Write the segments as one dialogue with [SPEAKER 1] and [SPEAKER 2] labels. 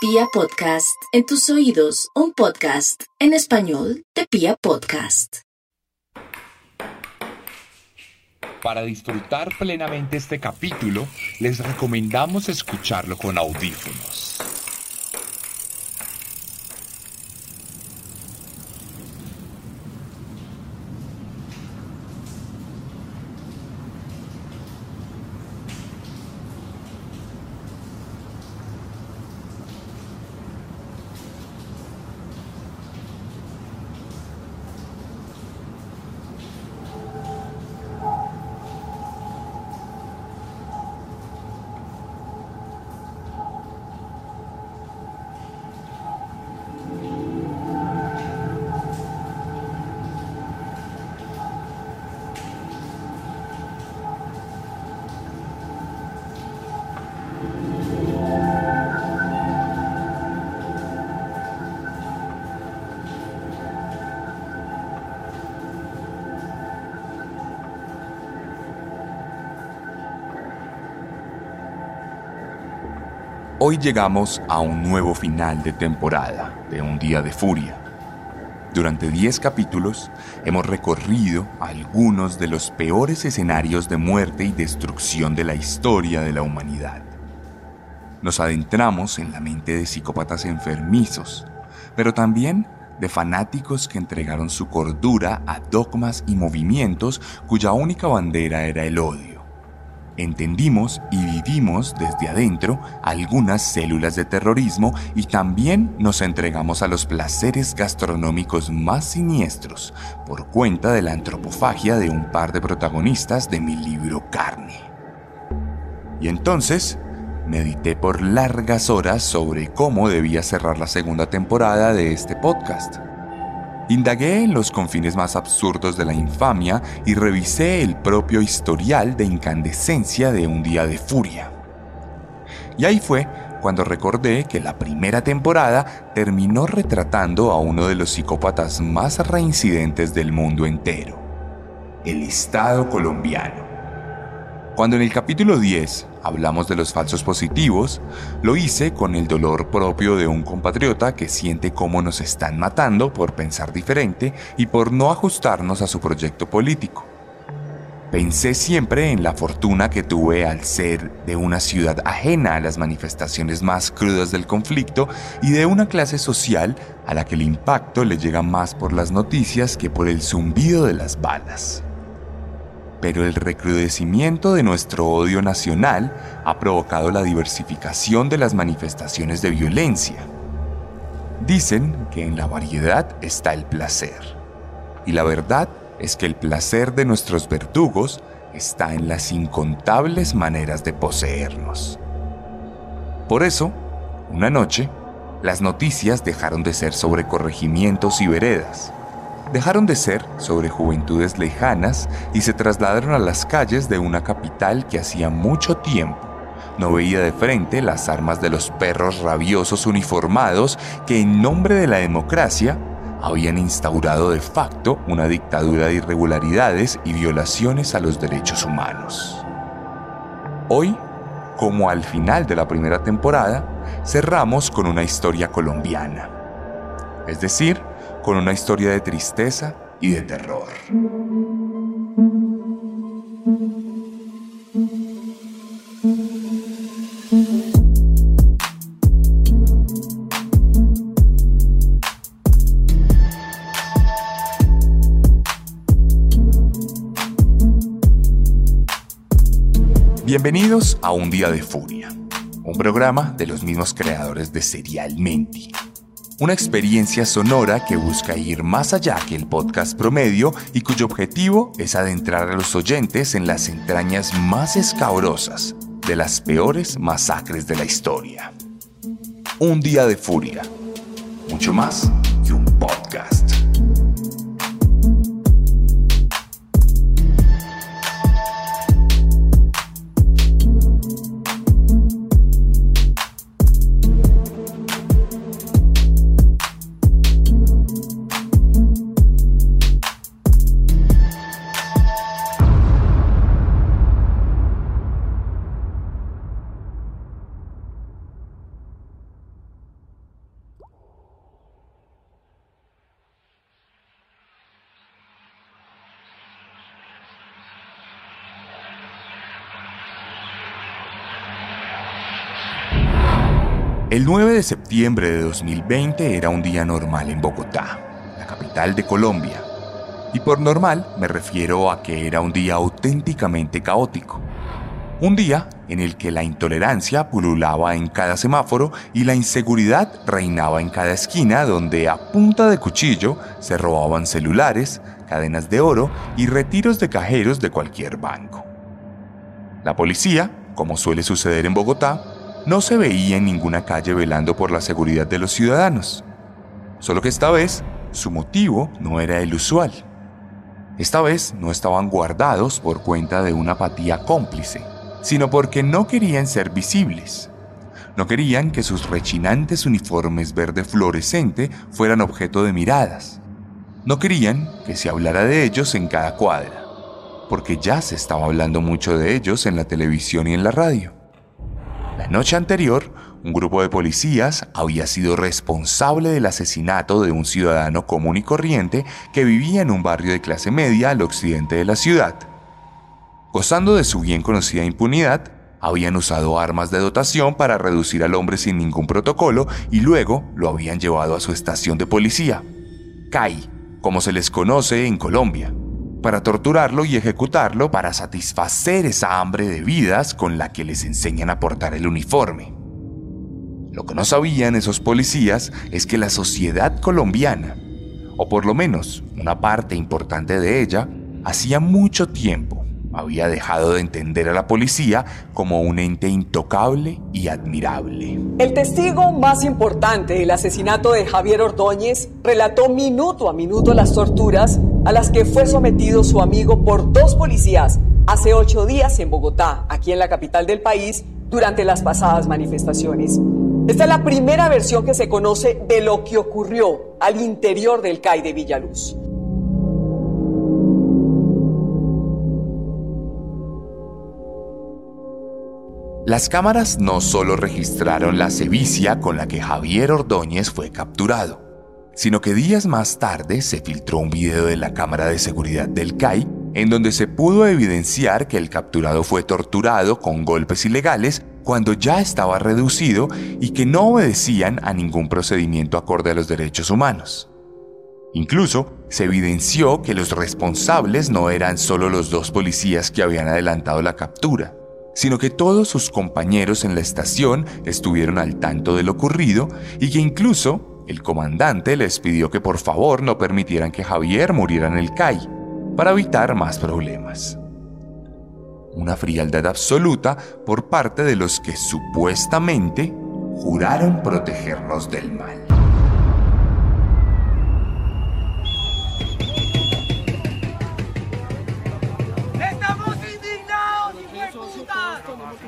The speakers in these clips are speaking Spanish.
[SPEAKER 1] Pia Podcast, en tus oídos, un podcast en español de Pia Podcast.
[SPEAKER 2] Para disfrutar plenamente este capítulo, les recomendamos escucharlo con audífonos. Hoy llegamos a un nuevo final de temporada de Un Día de Furia. Durante 10 capítulos hemos recorrido algunos de los peores escenarios de muerte y destrucción de la historia de la humanidad. Nos adentramos en la mente de psicópatas enfermizos, pero también de fanáticos que entregaron su cordura a dogmas y movimientos cuya única bandera era el odio. Entendimos y vivimos desde adentro algunas células de terrorismo y también nos entregamos a los placeres gastronómicos más siniestros por cuenta de la antropofagia de un par de protagonistas de mi libro Carne. Y entonces medité por largas horas sobre cómo debía cerrar la segunda temporada de este podcast. Indagué en los confines más absurdos de la infamia y revisé el propio historial de incandescencia de Un Día de Furia. Y ahí fue cuando recordé que la primera temporada terminó retratando a uno de los psicópatas más reincidentes del mundo entero, el Estado colombiano. Cuando en el capítulo 10 hablamos de los falsos positivos, lo hice con el dolor propio de un compatriota que siente cómo nos están matando por pensar diferente y por no ajustarnos a su proyecto político. Pensé siempre en la fortuna que tuve al ser de una ciudad ajena a las manifestaciones más crudas del conflicto y de una clase social a la que el impacto le llega más por las noticias que por el zumbido de las balas. Pero el recrudecimiento de nuestro odio nacional ha provocado la diversificación de las manifestaciones de violencia. Dicen que en la variedad está el placer. Y la verdad es que el placer de nuestros verdugos está en las incontables maneras de poseernos. Por eso, una noche, las noticias dejaron de ser sobre corregimientos y veredas. Dejaron de ser sobre juventudes lejanas y se trasladaron a las calles de una capital que hacía mucho tiempo no veía de frente las armas de los perros rabiosos uniformados que en nombre de la democracia habían instaurado de facto una dictadura de irregularidades y violaciones a los derechos humanos. Hoy, como al final de la primera temporada, cerramos con una historia colombiana, es decir, con una historia de tristeza y de terror. Bienvenidos a Un Día de Furia, un programa de los mismos creadores de Serialmente. Una experiencia sonora que busca ir más allá que el podcast promedio y cuyo objetivo es adentrar a los oyentes en las entrañas más escabrosas de las peores masacres de la historia. Un Día de Furia, mucho más que un podcast. El 9 de septiembre de 2020 era un día normal en Bogotá, la capital de Colombia. Y por normal me refiero a que era un día auténticamente caótico. Un día en el que la intolerancia pululaba en cada semáforo y la inseguridad reinaba en cada esquina, donde a punta de cuchillo se robaban celulares, cadenas de oro y retiros de cajeros de cualquier banco. La policía, como suele suceder en Bogotá, no se veía en ninguna calle velando por la seguridad de los ciudadanos. Solo que esta vez, su motivo no era el usual. Esta vez no estaban guardados por cuenta de una apatía cómplice, sino porque no querían ser visibles. No querían que sus rechinantes uniformes verde fluorescente fueran objeto de miradas. No querían que se hablara de ellos en cada cuadra, porque ya se estaba hablando mucho de ellos en la televisión y en la radio. La noche anterior, un grupo de policías había sido responsable del asesinato de un ciudadano común y corriente que vivía en un barrio de clase media al occidente de la ciudad. Gozando de su bien conocida impunidad, habían usado armas de dotación para reducir al hombre sin ningún protocolo y luego lo habían llevado a su estación de policía, CAI, como se les conoce en Colombia, para torturarlo y ejecutarlo para satisfacer esa hambre de vidas con la que les enseñan a portar el uniforme. Lo que no sabían esos policías es que la sociedad colombiana, o por lo menos una parte importante de ella, hacía mucho tiempo había dejado de entender a la policía como un ente intocable y admirable.
[SPEAKER 3] El testigo más importante del asesinato de Javier Ordóñez relató minuto a minuto las torturas a las que fue sometido su amigo por 2 policías hace 8 días en Bogotá, aquí en la capital del país, durante las pasadas manifestaciones. Esta es la primera versión que se conoce de lo que ocurrió al interior del CAI de Villaluz.
[SPEAKER 2] Las cámaras no solo registraron la sevicia con la que Javier Ordóñez fue capturado, sino que días más tarde se filtró un video de la cámara de seguridad del CAI en donde se pudo evidenciar que el capturado fue torturado con golpes ilegales cuando ya estaba reducido y que no obedecían a ningún procedimiento acorde a los derechos humanos. Incluso se evidenció que los responsables no eran solo los 2 policías que habían adelantado la captura, sino que todos sus compañeros en la estación estuvieron al tanto de lo ocurrido y que incluso el comandante les pidió que por favor no permitieran que Javier muriera en el CAI, para evitar más problemas. Una frialdad absoluta por parte de los que supuestamente juraron protegernos del mal.
[SPEAKER 4] ¡Estamos indignados, hijo de puta!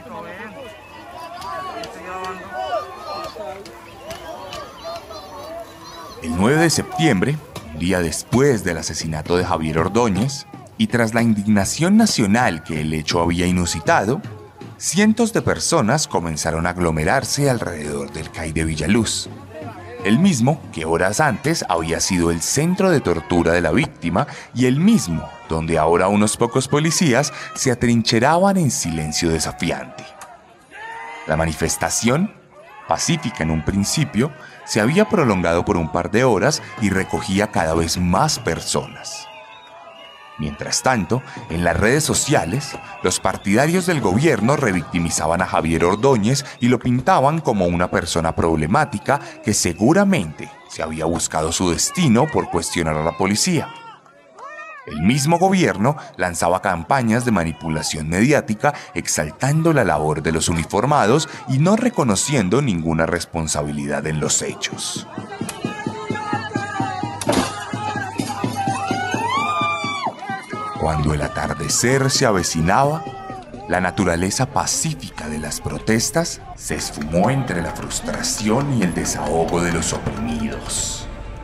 [SPEAKER 2] El 9 de septiembre, un día después del asesinato de Javier Ordóñez, y tras la indignación nacional que el hecho había inusitado, cientos de personas comenzaron a aglomerarse alrededor del CAI de Villaluz, el mismo que horas antes había sido el centro de tortura de la víctima y el mismo donde ahora unos pocos policías se atrincheraban en silencio desafiante. La manifestación, pacífica en un principio, se había prolongado por un par de horas y recogía cada vez más personas. Mientras tanto, en las redes sociales, los partidarios del gobierno revictimizaban a Javier Ordóñez y lo pintaban como una persona problemática que seguramente se había buscado su destino por cuestionar a la policía. El mismo gobierno lanzaba campañas de manipulación mediática exaltando la labor de los uniformados y no reconociendo ninguna responsabilidad en los hechos. Cuando el atardecer se avecinaba, la naturaleza pacífica de las protestas se esfumó entre la frustración y el desahogo de los oprimidos.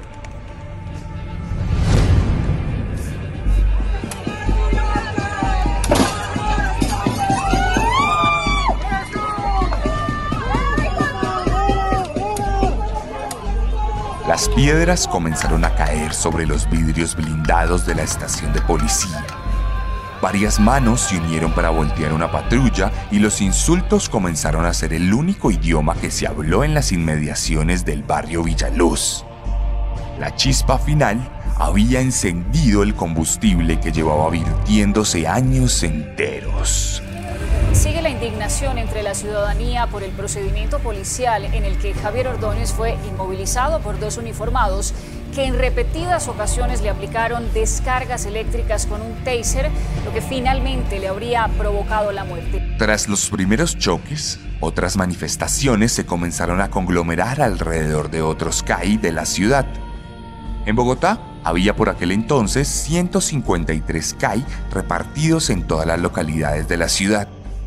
[SPEAKER 2] Las piedras comenzaron a caer sobre los vidrios blindados de la estación de policía. Varias manos se unieron para voltear una patrulla y los insultos comenzaron a ser el único idioma que se habló en las inmediaciones del barrio Villaluz. La chispa final había encendido el combustible que llevaba virtiéndose años enteros.
[SPEAKER 5] Sigue la indignación entre la ciudadanía por el procedimiento policial en el que Javier Ordóñez fue inmovilizado por dos uniformados que en repetidas ocasiones le aplicaron descargas eléctricas con un taser, lo que finalmente le habría provocado la muerte.
[SPEAKER 2] Tras los primeros choques, otras manifestaciones se comenzaron a conglomerar alrededor de otros CAI de la ciudad. En Bogotá había por aquel entonces 153 CAI repartidos en todas las localidades de la ciudad.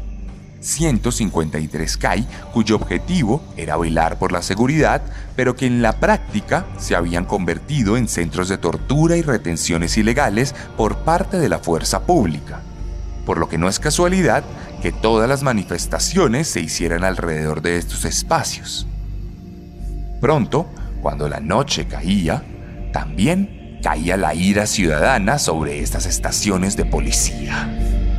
[SPEAKER 2] 153 CAI cuyo objetivo era velar por la seguridad, pero que en la práctica se habían convertido en centros de tortura y retenciones ilegales por parte de la fuerza pública. Por lo que no es casualidad que todas las manifestaciones se hicieran alrededor de estos espacios. Pronto, cuando la noche caía, también caía la ira ciudadana sobre estas estaciones de policía.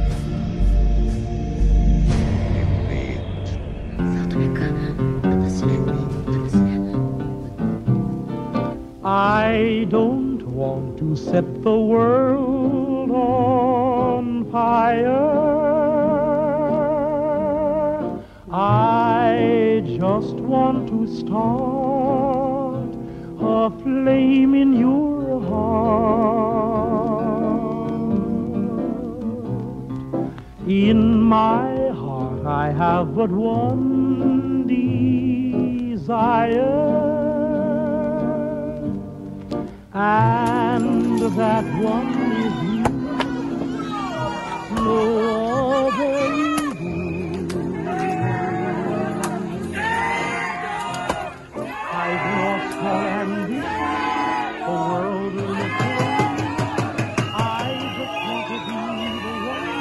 [SPEAKER 6] I don't want to set the world on fire. I just want to start a flame in your heart. In my heart I have but one desire. And that one is you, no other you do. I've lost all ambition, the world will look around. I just want to be the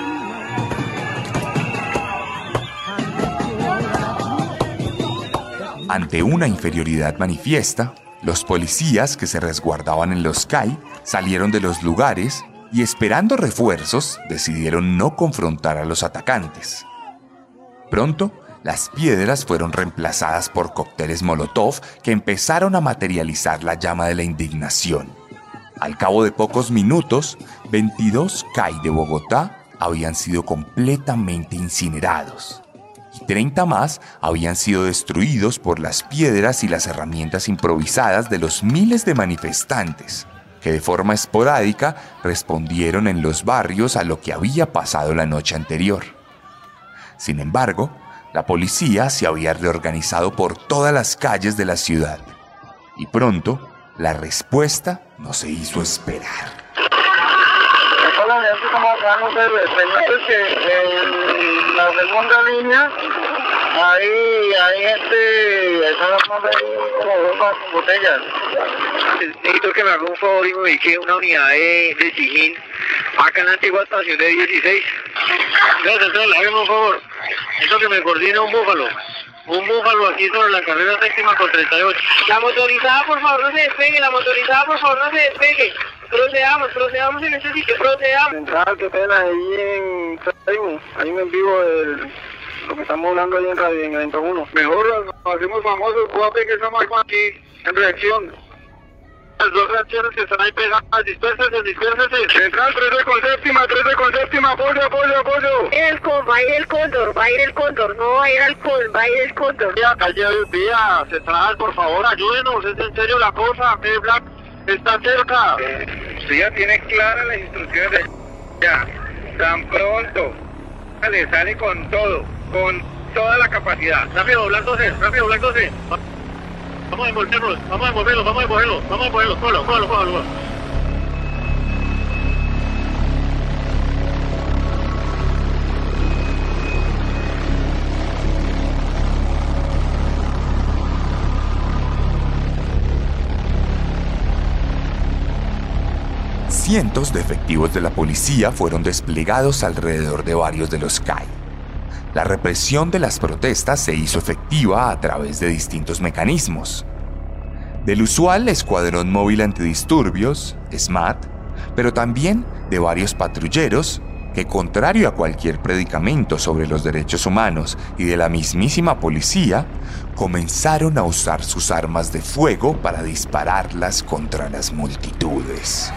[SPEAKER 6] one you love.
[SPEAKER 2] Ante una inferioridad manifiesta, los policías que se resguardaban en los CAI salieron de los lugares y, esperando refuerzos, decidieron no confrontar a los atacantes. Pronto, las piedras fueron reemplazadas por cócteles Molotov que empezaron a materializar la llama de la indignación. Al cabo de pocos minutos, 22 CAI de Bogotá habían sido completamente incinerados. Y 30 más habían sido destruidos por las piedras y las herramientas improvisadas de los miles de manifestantes que de forma esporádica respondieron en los barrios a lo que había pasado la noche anterior. Sin embargo, la policía se había reorganizado por todas las calles de la ciudad y pronto la respuesta no se hizo esperar.
[SPEAKER 7] Como acá, no sé, que en la segunda línea hay están armando ahí como bombas con botellas. Necesito que me haga un favor y me ubique una unidad de Sijín acá en la antigua estación de 16. Gracias, hágame un favor. Necesito que me coordine un búfalo aquí sobre la carrera séptima con 38. La motorizada, por favor, no se despegue. Procedamos en ese sitio, procedamos. Central, qué pena, ahí en vivo lo que estamos hablando ahí en el 1. Mejor nos hacemos famosos, guape que estamos aquí en reacción. Las dos reacciones que están ahí pegadas, dispersese. Central, 13 con séptima, apoyo. Va a ir el cóndor, no va a ir al va a ir el cóndor. Vía, Central, por favor, ayúdenos, es en serio la cosa, Black está cerca. Usted ya tiene claras las instrucciones de ya, tan pronto le sale con todo, con toda la capacidad. Rápido, Black 12. Vamos a envolverlos, cógelo.
[SPEAKER 2] Cientos de efectivos de la policía fueron desplegados alrededor de varios de los CAI. La represión de las protestas se hizo efectiva a través de distintos mecanismos. Del usual Escuadrón Móvil Antidisturbios, SMAT, pero también de varios patrulleros que, contrario a cualquier predicamento sobre los derechos humanos y de la mismísima policía, comenzaron a usar sus armas de fuego para dispararlas contra las multitudes.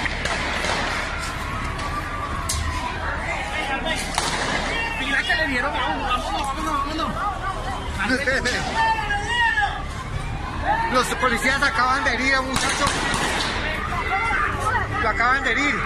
[SPEAKER 4] Mira que le dieron a uno, vámonos.
[SPEAKER 8] Espere. Los policías acaban de herir a un muchacho. Lo acaban de herir.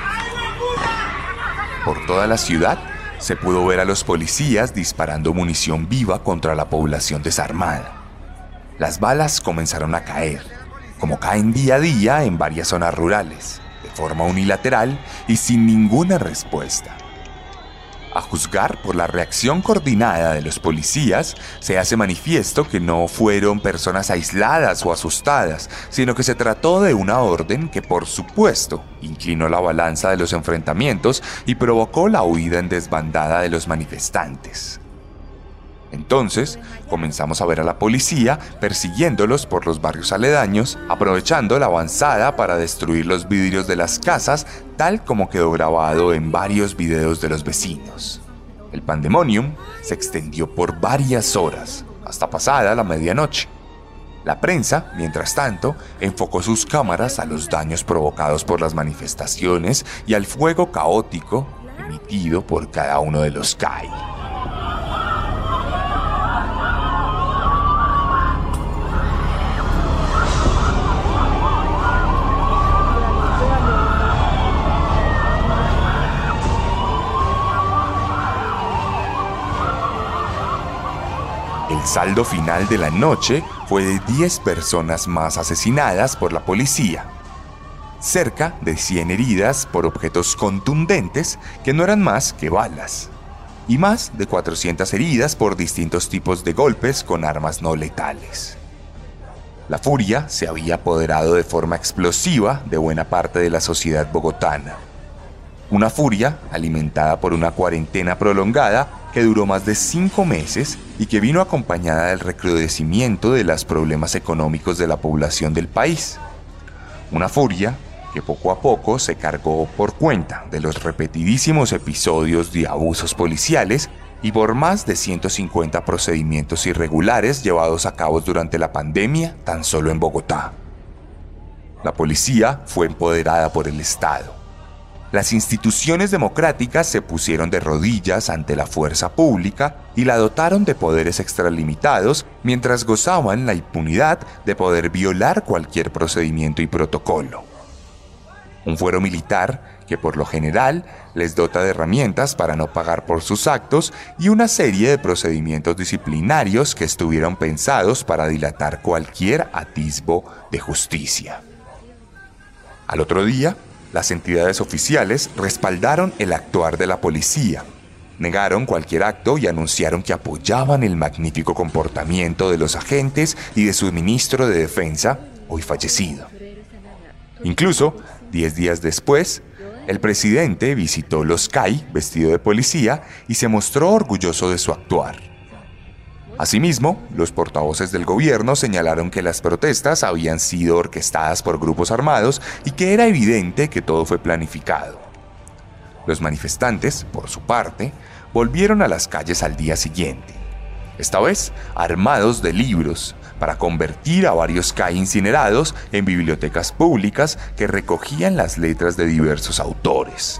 [SPEAKER 2] Por toda la ciudad se pudo ver a los policías disparando munición viva contra la población desarmada. Las balas comenzaron a caer, como caen día a día en varias zonas rurales, de forma unilateral y sin ninguna respuesta. A juzgar por la reacción coordinada de los policías, se hace manifiesto que no fueron personas aisladas o asustadas, sino que se trató de una orden que, por supuesto, inclinó la balanza de los enfrentamientos y provocó la huida en desbandada de los manifestantes. Entonces, comenzamos a ver a la policía persiguiéndolos por los barrios aledaños, aprovechando la avanzada para destruir los vidrios de las casas, tal como quedó grabado en varios videos de los vecinos. El pandemonium se extendió por varias horas, hasta pasada la medianoche. La prensa, mientras tanto, enfocó sus cámaras a los daños provocados por las manifestaciones y al fuego caótico emitido por cada uno de los CAI. El saldo final de la noche fue de 10 personas más asesinadas por la policía, cerca de 100 heridas por objetos contundentes que no eran más que balas, y más de 400 heridas por distintos tipos de golpes con armas no letales. La furia se había apoderado de forma explosiva de buena parte de la sociedad bogotana. Una furia alimentada por una cuarentena prolongada que duró más de 5 meses y que vino acompañada del recrudecimiento de los problemas económicos de la población del país. Una furia que poco a poco se cargó por cuenta de los repetidísimos episodios de abusos policiales y por más de 150 procedimientos irregulares llevados a cabo durante la pandemia tan solo en Bogotá. La policía fue empoderada por el Estado. Las instituciones democráticas se pusieron de rodillas ante la fuerza pública y la dotaron de poderes extralimitados mientras gozaban la impunidad de poder violar cualquier procedimiento y protocolo. Un fuero militar que por lo general les dota de herramientas para no pagar por sus actos y una serie de procedimientos disciplinarios que estuvieron pensados para dilatar cualquier atisbo de justicia. Al otro día, las entidades oficiales respaldaron el actuar de la policía, negaron cualquier acto y anunciaron que apoyaban el magnífico comportamiento de los agentes y de su ministro de Defensa, hoy fallecido. Incluso, 10 días después, el presidente visitó los CAI vestido de policía y se mostró orgulloso de su actuar. Asimismo, los portavoces del gobierno señalaron que las protestas habían sido orquestadas por grupos armados y que era evidente que todo fue planificado. Los manifestantes, por su parte, volvieron a las calles al día siguiente, esta vez armados de libros, para convertir a varios CAI incinerados en bibliotecas públicas que recogían las letras de diversos autores.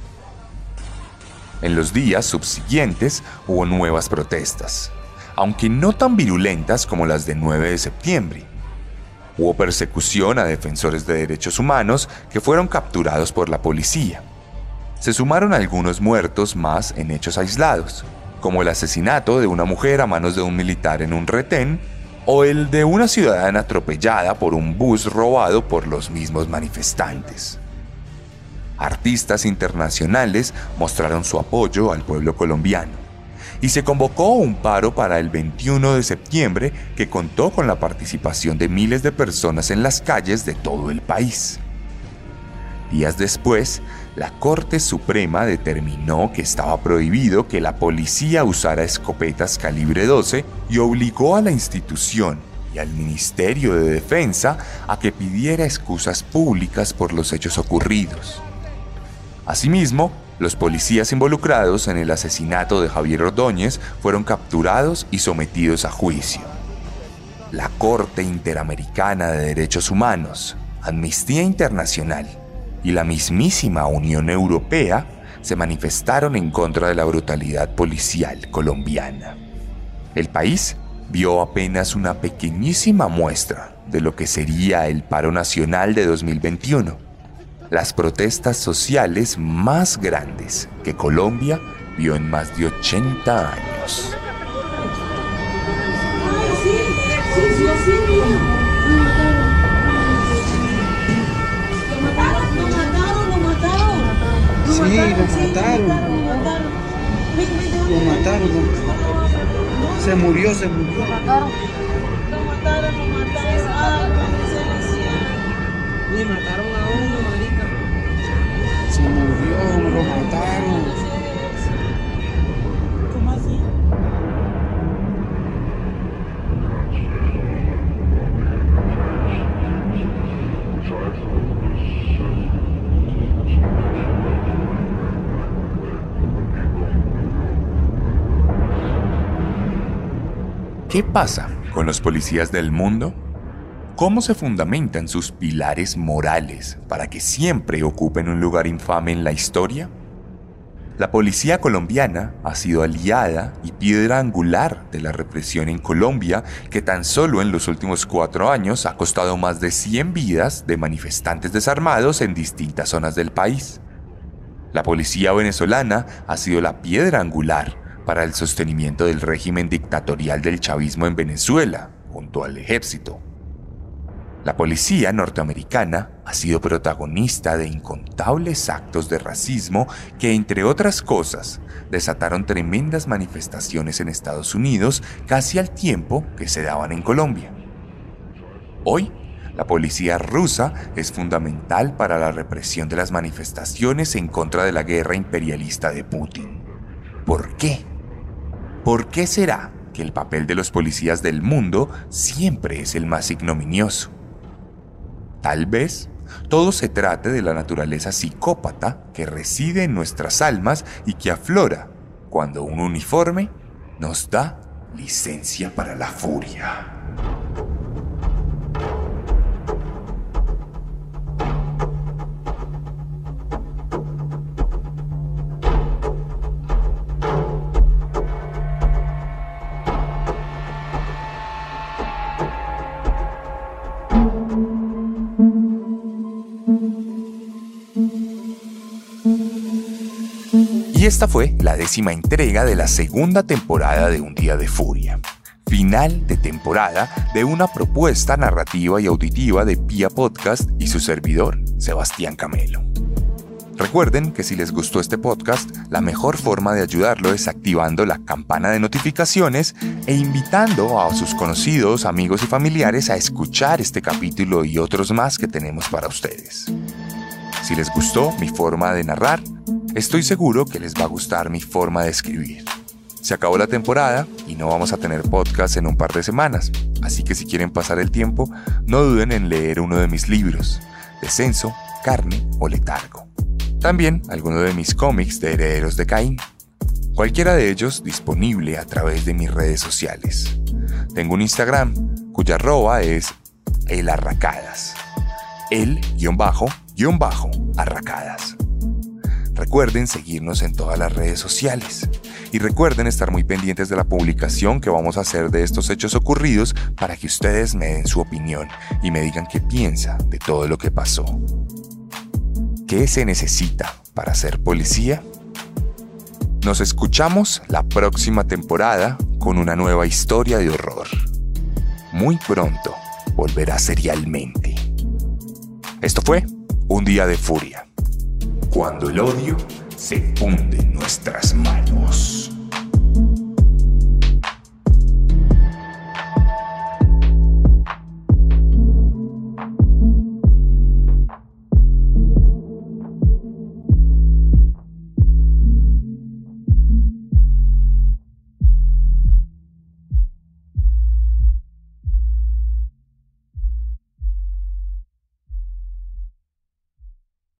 [SPEAKER 2] En los días subsiguientes hubo nuevas protestas, aunque no tan virulentas como las del 9 de septiembre. Hubo persecución a defensores de derechos humanos que fueron capturados por la policía. Se sumaron algunos muertos más en hechos aislados, como el asesinato de una mujer a manos de un militar en un retén, o el de una ciudadana atropellada por un bus robado por los mismos manifestantes. Artistas internacionales mostraron su apoyo al pueblo colombiano, y se convocó un paro para el 21 de septiembre que contó con la participación de miles de personas en las calles de todo el país. Días después, la Corte Suprema determinó que estaba prohibido que la policía usara escopetas calibre 12 y obligó a la institución y al Ministerio de Defensa a que pidiera excusas públicas por los hechos ocurridos. Asimismo, Los policías involucrados en el asesinato de Javier Ordóñez fueron capturados y sometidos a juicio. La Corte Interamericana de Derechos Humanos, Amnistía Internacional y la mismísima Unión Europea se manifestaron en contra de la brutalidad policial colombiana. El país vio apenas una pequeñísima muestra de lo que sería el paro nacional de 2021, las protestas sociales más grandes que Colombia vio en más de 80 años.
[SPEAKER 9] Sí, lo mataron. Se murió. Lo mataron. Le mataron a uno, marica. Se murió, lo mataron. ¿Cómo así?
[SPEAKER 2] ¿Qué pasa con los policías del mundo? ¿Cómo se fundamentan sus pilares morales para que siempre ocupen un lugar infame en la historia? La policía colombiana ha sido aliada y piedra angular de la represión en Colombia, que tan solo en los últimos 4 años ha costado más de 100 vidas de manifestantes desarmados en distintas zonas del país. La policía venezolana ha sido la piedra angular para el sostenimiento del régimen dictatorial del chavismo en Venezuela, junto al ejército. La policía norteamericana ha sido protagonista de incontables actos de racismo que, entre otras cosas, desataron tremendas manifestaciones en Estados Unidos casi al tiempo que se daban en Colombia. Hoy, la policía rusa es fundamental para la represión de las manifestaciones en contra de la guerra imperialista de Putin. ¿Por qué? ¿Por qué será que el papel de los policías del mundo siempre es el más ignominioso? Tal vez todo se trate de la naturaleza psicópata que reside en nuestras almas y que aflora cuando un uniforme nos da licencia para la furia. Y esta fue la 10ª entrega de la segunda temporada de Un Día de Furia. Final de temporada de una propuesta narrativa y auditiva de Pía Podcast y su servidor, Sebastián Camelo. Recuerden que si les gustó este podcast, la mejor forma de ayudarlo es activando la campana de notificaciones e invitando a sus conocidos, amigos y familiares a escuchar este capítulo y otros más que tenemos para ustedes. Si les gustó mi forma de narrar, estoy seguro que les va a gustar mi forma de escribir. Se acabó la temporada y no vamos a tener podcast en un par de semanas, así que si quieren pasar el tiempo, no duden en leer uno de mis libros, Descenso, Carne o Letargo. También alguno de mis cómics de Herederos de Caín. Cualquiera de ellos disponible a través de mis redes sociales. Tengo un Instagram cuya arroba es elarracadas. _arracadas. Recuerden seguirnos en todas las redes sociales y recuerden estar muy pendientes de la publicación que vamos a hacer de estos hechos ocurridos para que ustedes me den su opinión y me digan qué piensa de todo lo que pasó. ¿Qué se necesita para ser policía? Nos escuchamos la próxima temporada con una nueva historia de horror. Muy pronto volverá serialmente. Esto fue Un Día de Furia. Cuando el odio se funde en nuestras manos.